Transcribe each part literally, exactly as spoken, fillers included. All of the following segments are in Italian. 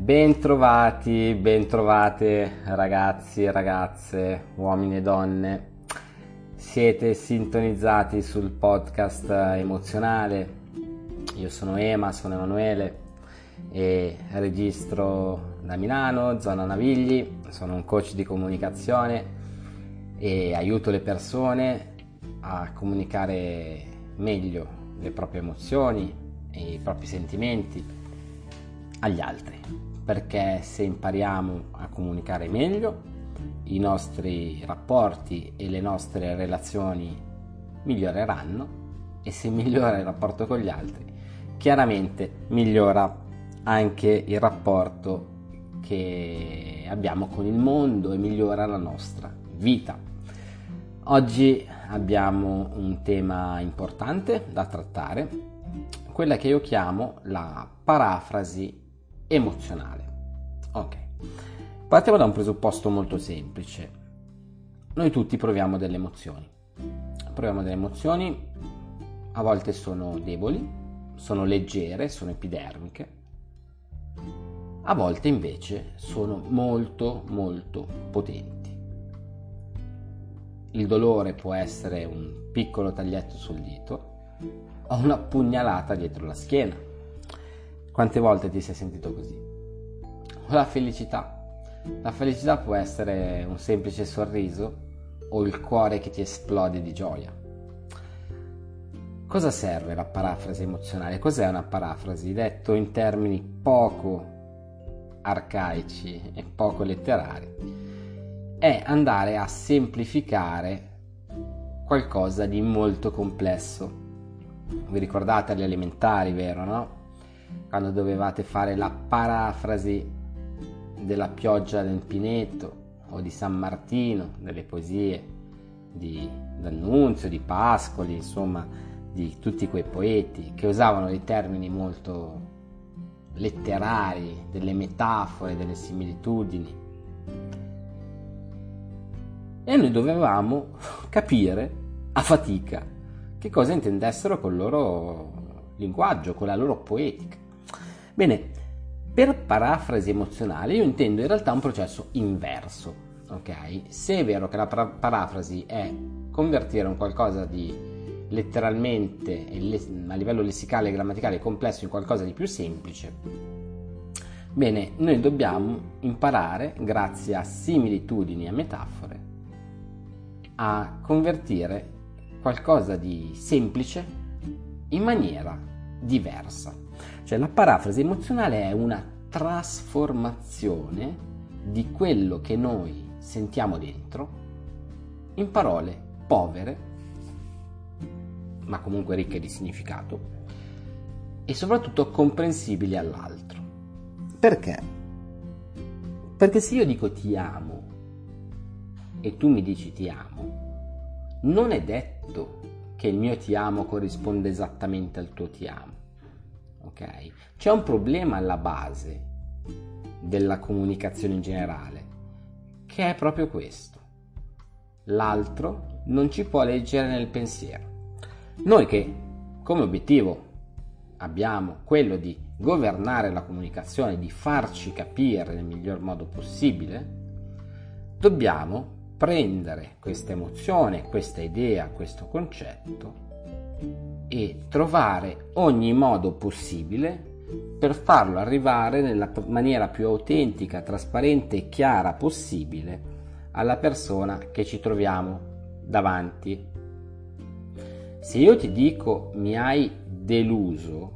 Bentrovati, bentrovate ragazzi e ragazze, uomini e donne. Siete sintonizzati sul podcast emozionale. Io sono Ema, sono Emanuele e registro da Milano, zona Navigli. Sono un coach di comunicazione e aiuto le persone a comunicare meglio le proprie emozioni e i propri sentimenti agli altri, perché se impariamo a comunicare meglio, i nostri rapporti e le nostre relazioni miglioreranno, e se migliora il rapporto con gli altri, chiaramente migliora anche il rapporto che abbiamo con il mondo e migliora la nostra vita. Oggi abbiamo un tema importante da trattare, quella che io chiamo la parafrasi emozionale. Ok, partiamo da un presupposto molto semplice. Noi tutti proviamo delle emozioni. Proviamo delle emozioni, a volte sono deboli, sono leggere, sono epidermiche, a volte invece sono molto molto potenti. Il dolore può essere un piccolo taglietto sul dito o una pugnalata dietro la schiena. Quante volte ti sei sentito così? O la felicità. La felicità può essere un semplice sorriso o il cuore che ti esplode di gioia. Cosa serve la parafrasi emozionale? Cos'è una parafrasi? Detto in termini poco arcaici e poco letterari, è andare a semplificare qualcosa di molto complesso. Vi ricordate alle elementari, vero, no? Quando dovevate fare la parafrasi della pioggia del Pineto o di San Martino, delle poesie di D'Annunzio, di Pascoli, insomma di tutti quei poeti che usavano dei termini molto letterari, delle metafore, delle similitudini, e noi dovevamo capire a fatica che cosa intendessero col loro linguaggio, con la loro poetica. Bene, per parafrasi emozionale io intendo in realtà un processo inverso, ok? Se è vero che la para- parafrasi è convertire un qualcosa di letteralmente a livello lessicale e grammaticale complesso in qualcosa di più semplice, bene, noi dobbiamo imparare, grazie a similitudini e metafore, a convertire qualcosa di semplice in maniera diversa. Cioè la parafrasi emozionale è una trasformazione di quello che noi sentiamo dentro in parole povere, ma comunque ricche di significato e soprattutto comprensibili all'altro. Perché? Perché se io dico ti amo e tu mi dici ti amo, non è detto che il mio ti amo corrisponde esattamente al tuo ti amo. Ok? C'è un problema alla base della comunicazione in generale, che è proprio questo: l'altro non ci può leggere nel pensiero. Noi che come obiettivo abbiamo quello di governare la comunicazione, di farci capire nel miglior modo possibile, dobbiamo prendere questa emozione, questa idea, questo concetto e trovare ogni modo possibile per farlo arrivare nella maniera più autentica, trasparente e chiara possibile alla persona che ci troviamo davanti. Se io ti dico mi hai deluso,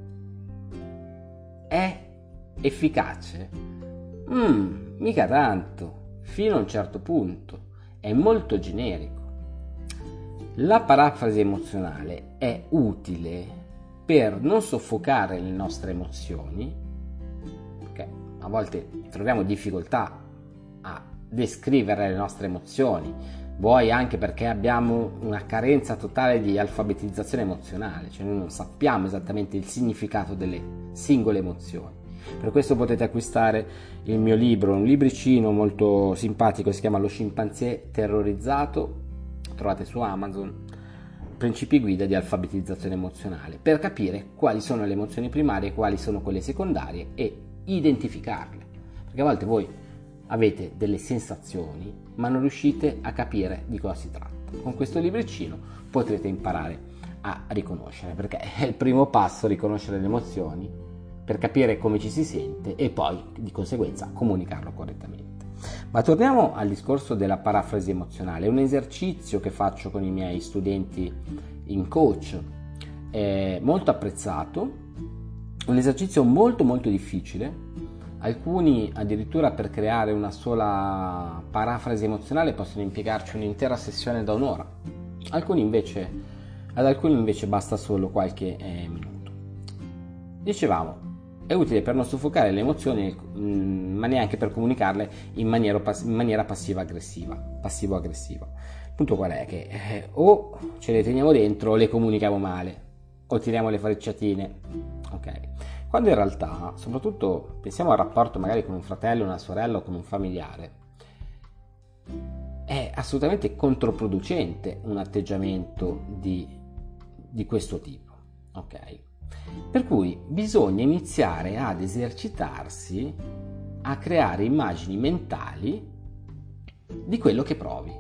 è efficace? Mm, mica tanto, fino a un certo punto, è molto generico. La parafrasi emozionale è utile per non soffocare le nostre emozioni, perché a volte troviamo difficoltà a descrivere le nostre emozioni, vuoi anche perché abbiamo una carenza totale di alfabetizzazione emozionale, cioè noi non sappiamo esattamente il significato delle singole emozioni. Per questo potete acquistare il mio libro, un libricino molto simpatico, si chiama Lo scimpanzé terrorizzato, trovate su Amazon, principi guida di alfabetizzazione emozionale, per capire quali sono le emozioni primarie, quali sono quelle secondarie e identificarle, perché a volte voi avete delle sensazioni ma non riuscite a capire di cosa si tratta. Con questo libricino potrete imparare a riconoscere, perché è il primo passo riconoscere le emozioni per capire come ci si sente e poi di conseguenza comunicarlo correttamente. Ma torniamo al discorso della parafrasi emozionale. È un esercizio che faccio con i miei studenti in coach, è molto apprezzato, un esercizio molto molto difficile. Alcuni addirittura per creare una sola parafrasi emozionale possono impiegarci un'intera sessione da un'ora, alcuni invece, ad alcuni invece basta solo qualche eh, minuto. Dicevamo, è utile per non soffocare le emozioni, mh, ma neanche per comunicarle in maniera, in maniera passiva-aggressiva, passivo-aggressiva. Il punto qual è? Che eh, o ce le teniamo dentro o le comunichiamo male, o tiriamo le frecciatine, ok? Quando in realtà, soprattutto pensiamo al rapporto magari con un fratello, una sorella o con un familiare, è assolutamente controproducente un atteggiamento di, di questo tipo, ok? Per cui bisogna iniziare ad esercitarsi a creare immagini mentali di quello che provi,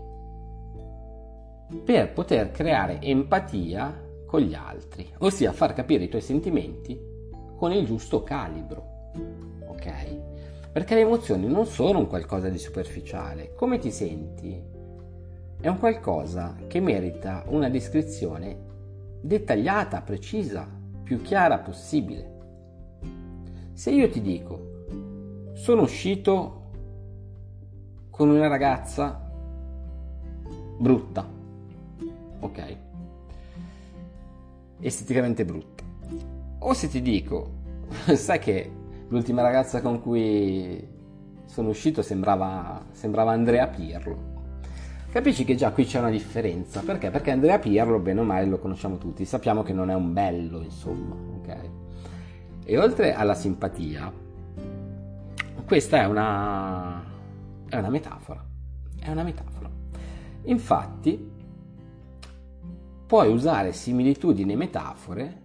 per poter creare empatia con gli altri, ossia far capire i tuoi sentimenti con il giusto calibro, ok? Perché le emozioni non sono un qualcosa di superficiale. Come ti senti è un qualcosa che merita una descrizione dettagliata, precisa, più chiara possibile. Se io ti dico sono uscito con una ragazza brutta, ok? Esteticamente brutta. O se ti dico, sai che l'ultima ragazza con cui sono uscito sembrava, sembrava Andrea Pirlo. Capisci che già qui c'è una differenza. Perché? Perché Andrea Pirlo, bene o male, lo conosciamo tutti. Sappiamo che non è un bello, insomma, ok? E oltre alla simpatia, questa è una, è una metafora. È una metafora. Infatti, puoi usare similitudini e metafore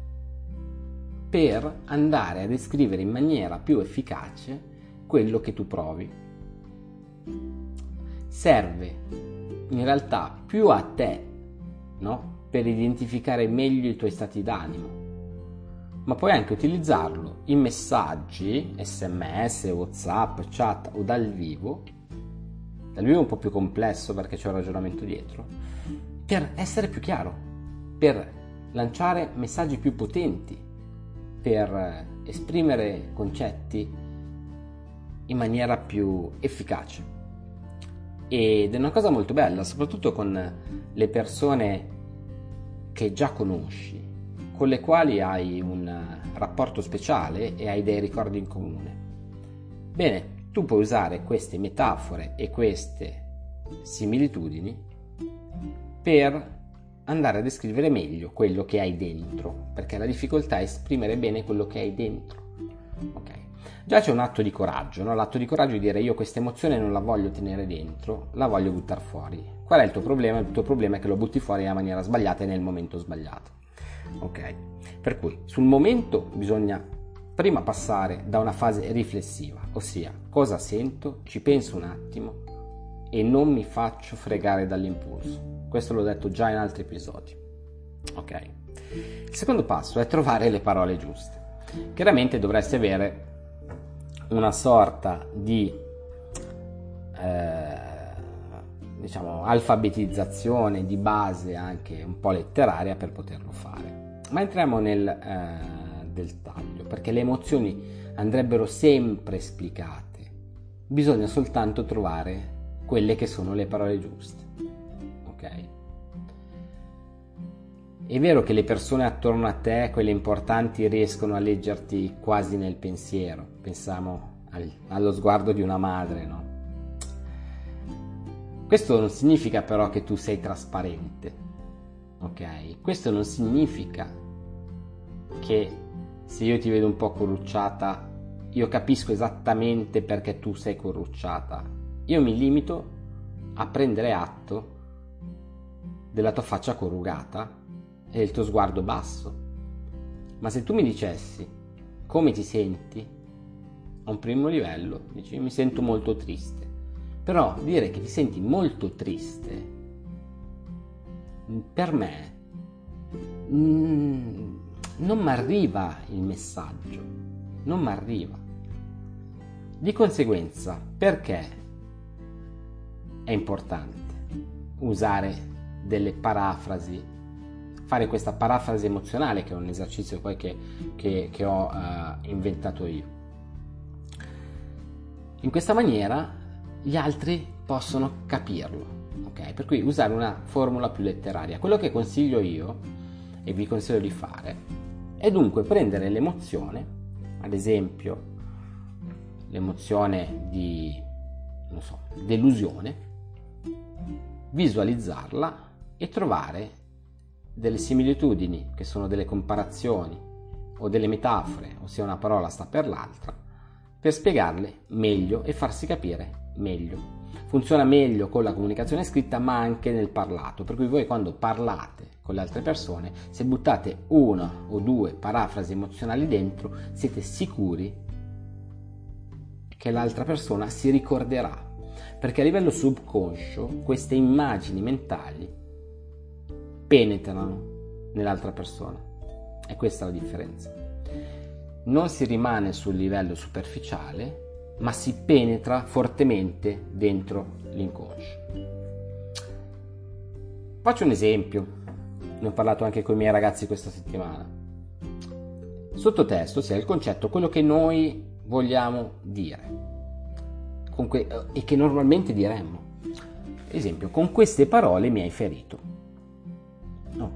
per andare a descrivere in maniera più efficace quello che tu provi. Serve in realtà più a te, no? Per identificare meglio i tuoi stati d'animo, ma puoi anche utilizzarlo in messaggi, sms, whatsapp, chat o dal vivo. Dal vivo è un po' più complesso perché c'è un ragionamento dietro, per essere più chiaro, per lanciare messaggi più potenti, per esprimere concetti in maniera più efficace. Ed è una cosa molto bella, soprattutto con le persone che già conosci, con le quali hai un rapporto speciale e hai dei ricordi in comune. Bene, tu puoi usare queste metafore e queste similitudini per andare a descrivere meglio quello che hai dentro, perché la difficoltà è esprimere bene quello che hai dentro, ok? Già c'è un atto di coraggio, no? L'atto di coraggio è dire io questa emozione non la voglio tenere dentro, la voglio buttare fuori. Qual è il tuo problema? Il tuo problema è che lo butti fuori nella maniera sbagliata e nel momento sbagliato, ok? Per cui sul momento bisogna prima passare da una fase riflessiva, ossia cosa sento, ci penso un attimo e non mi faccio fregare dall'impulso. Questo l'ho detto già in altri episodi, ok? Il secondo passo è trovare le parole giuste. Chiaramente dovresti avere una sorta di eh, diciamo alfabetizzazione di base anche un po' letteraria per poterlo fare. Ma entriamo nel eh, dettaglio, perché le emozioni andrebbero sempre esplicate. Bisogna soltanto trovare quelle che sono le parole giuste. Ok? È vero che le persone attorno a te, quelle importanti, riescono a leggerti quasi nel pensiero. Pensiamo al, allo sguardo di una madre, no? Questo non significa però che tu sei trasparente, ok? Questo non significa che se io ti vedo un po' corrucciata, io capisco esattamente perché tu sei corrucciata. Io mi limito a prendere atto della tua faccia corrugata e del tuo sguardo basso. Ma se tu mi dicessi come ti senti, a un primo livello dici mi sento molto triste, però dire che ti senti molto triste per me mm, non mi arriva il messaggio, non mi arriva. Di conseguenza, perché è importante usare delle parafrasi, fare questa parafrasi emozionale, che è un esercizio poi che, che, che ho uh, inventato io. In questa maniera gli altri possono capirlo, ok? Per cui usare una formula più letteraria. Quello che consiglio io, e vi consiglio di fare, è dunque prendere l'emozione, ad esempio l'emozione di, non so, delusione, visualizzarla e trovare delle similitudini, che sono delle comparazioni o delle metafore, ossia una parola sta per l'altra, per spiegarle meglio e farsi capire meglio. Funziona meglio con la comunicazione scritta, ma anche nel parlato, per cui voi quando parlate con le altre persone, se buttate una o due parafrasi emozionali dentro, siete sicuri che l'altra persona si ricorderà, perché a livello subconscio queste immagini mentali penetrano nell'altra persona. E questa è la differenza. Non si rimane sul livello superficiale, ma si penetra fortemente dentro l'inconscio. Faccio un esempio, ne ho parlato anche con i miei ragazzi questa settimana. Sottotesto, ossia il concetto, quello che noi vogliamo dire con que- e che normalmente diremmo. Esempio, con queste parole mi hai ferito. Ok.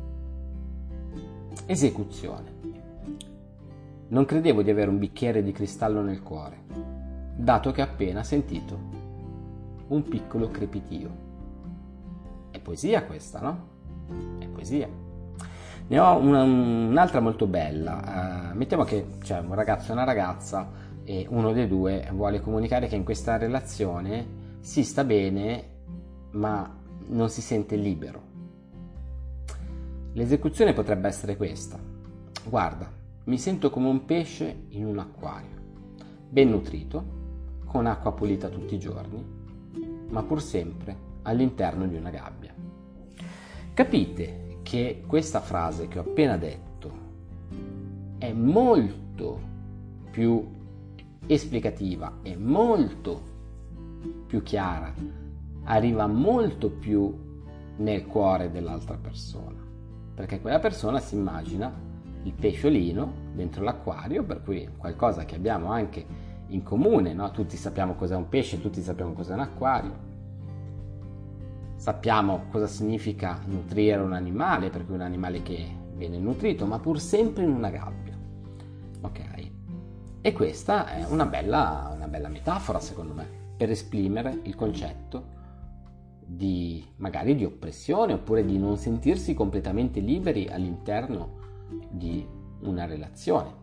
Esecuzione. Non credevo di avere un bicchiere di cristallo nel cuore, dato che ho appena sentito un piccolo crepitio. È poesia questa, no? È poesia. Ne ho una, un'altra molto bella. Uh, mettiamo che c'è un ragazzo e una ragazza e uno dei due vuole comunicare che in questa relazione si sta bene, ma non si sente libero. L'esecuzione potrebbe essere questa. Guarda, mi sento come un pesce in un acquario, ben nutrito, con acqua pulita tutti i giorni, ma pur sempre all'interno di una gabbia. Capite che questa frase che ho appena detto è molto più esplicativa, è molto più chiara, arriva molto più nel cuore dell'altra persona, perché quella persona si immagina il pesciolino dentro l'acquario, per cui qualcosa che abbiamo anche in comune, no? Tutti sappiamo cos'è un pesce, tutti sappiamo cos'è un acquario, sappiamo cosa significa nutrire un animale, per cui un animale che viene nutrito, ma pur sempre in una gabbia, ok? E questa è una bella, una bella metafora, secondo me, per esprimere il concetto di magari di oppressione, oppure di non sentirsi completamente liberi all'interno di una relazione.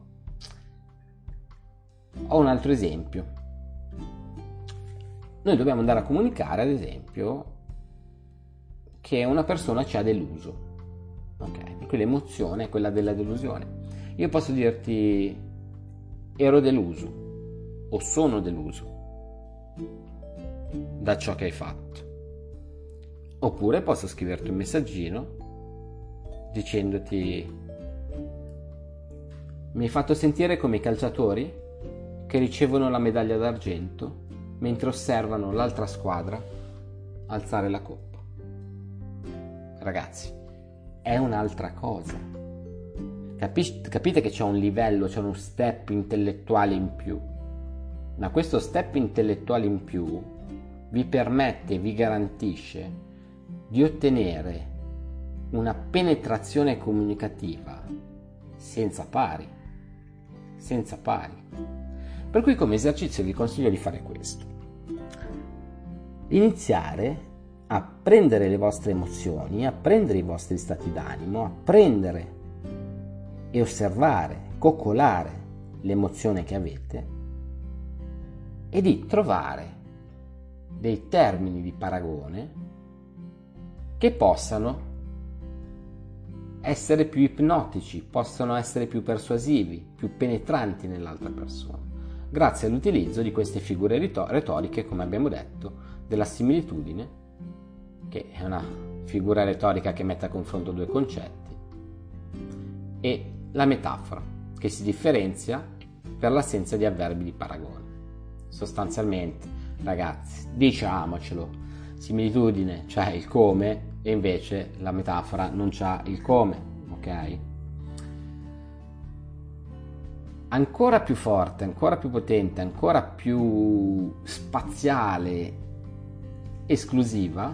Ho un altro esempio. Noi dobbiamo andare a comunicare, ad esempio, che una persona ci ha deluso, ok? Per cui l'emozione è quella della delusione. Io posso dirti ero deluso o sono deluso da ciò che hai fatto, oppure posso scriverti un messaggino dicendoti mi hai fatto sentire come i calciatori che ricevono la medaglia d'argento mentre osservano l'altra squadra alzare la coppa. Ragazzi, è un'altra cosa. Capi- capite che c'è un livello, c'è uno step intellettuale in più, ma questo step intellettuale in più vi permette, vi garantisce di ottenere una penetrazione comunicativa senza pari, senza pari. Per cui come esercizio vi consiglio di fare questo: iniziare a prendere le vostre emozioni, a prendere i vostri stati d'animo, a prendere e osservare, coccolare l'emozione che avete e di trovare dei termini di paragone che possano essere più ipnotici, possono essere più persuasivi, più penetranti nell'altra persona. grazie all'utilizzo di queste figure retoriche, come abbiamo detto, della similitudine, che è una figura retorica che mette a confronto due concetti, e la metafora, che si differenzia per l'assenza di avverbi di paragone. Sostanzialmente, ragazzi, diciamocelo, similitudine c'ha il come e invece la metafora non c'ha il come, ok? Ancora più forte, ancora più potente, ancora più spaziale, esclusiva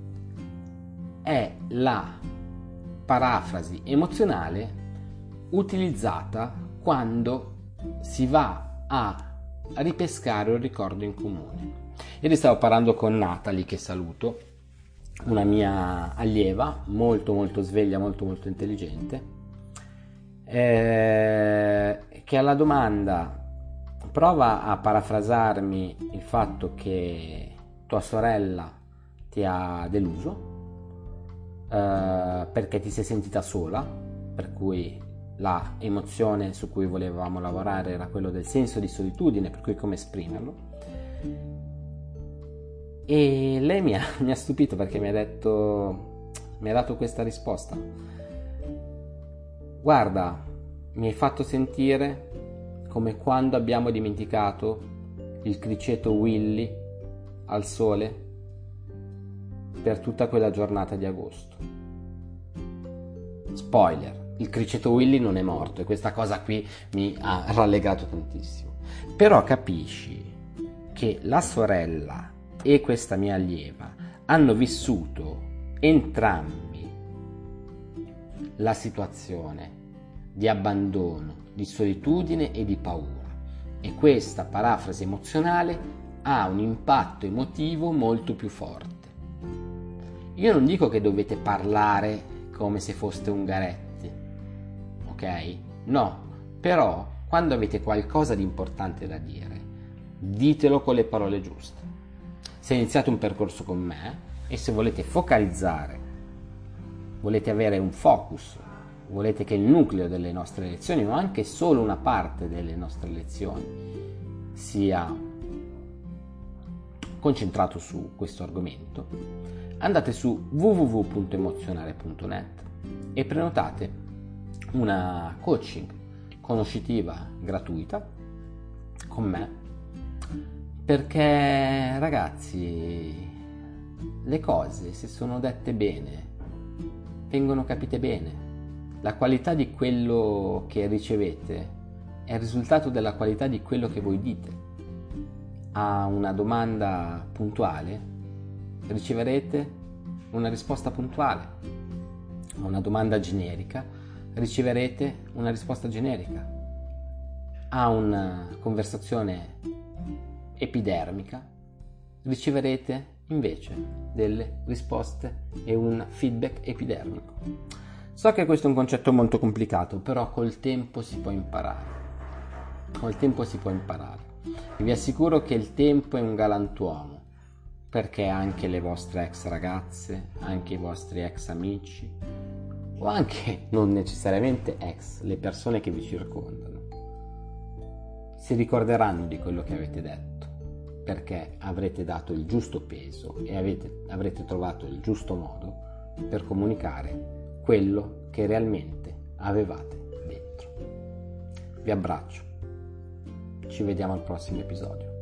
è la parafrasi emozionale utilizzata quando si va a ripescare un ricordo in comune. Ieri stavo parlando con Natalie, che saluto, una mia allieva, molto molto sveglia, molto molto intelligente, eh, che alla domanda prova a parafrasarmi il fatto che tua sorella ti ha deluso eh, perché ti sei sentita sola, per cui la emozione su cui volevamo lavorare era quello del senso di solitudine, per cui come esprimerlo. E lei mi ha, mi ha stupito perché mi ha detto, mi ha dato questa risposta: guarda, mi hai fatto sentire come quando abbiamo dimenticato il criceto Willy al sole per tutta quella giornata di agosto. Spoiler: il criceto Willy non è morto, e questa cosa qui mi ha rallegrato tantissimo. Però capisci che la sorella e questa mia allieva hanno vissuto entrambi la situazione di abbandono, di solitudine e di paura, e questa parafrasi emozionale ha un impatto emotivo molto più forte. Io non dico che dovete parlare come se foste ungaretti, ok? No, però quando avete qualcosa di importante da dire, ditelo con le parole giuste. Se iniziate un percorso con me e se volete focalizzare, volete avere un focus, volete che il nucleo delle nostre lezioni, o anche solo una parte delle nostre lezioni, sia concentrato su questo argomento, andate su w w w punto emozionale punto net e prenotate una coaching conoscitiva gratuita con me, perché ragazzi, le cose, se sono dette bene, vengono capite bene. La qualità di quello che ricevete è il risultato della qualità di quello che voi dite. A una domanda puntuale riceverete una risposta puntuale. A una domanda generica riceverete una risposta generica. A una conversazione epidermica riceverete invece delle risposte e un feedback epidermico. So che questo è un concetto molto complicato, però col tempo si può imparare. Col tempo si può imparare. E vi assicuro che il tempo è un galantuomo, perché anche le vostre ex ragazze, anche i vostri ex amici, o anche non necessariamente ex, le persone che vi circondano, si ricorderanno di quello che avete detto, perché avrete dato il giusto peso e avete, avrete trovato il giusto modo per comunicare quello che realmente avevate dentro. Vi abbraccio, ci vediamo al prossimo episodio.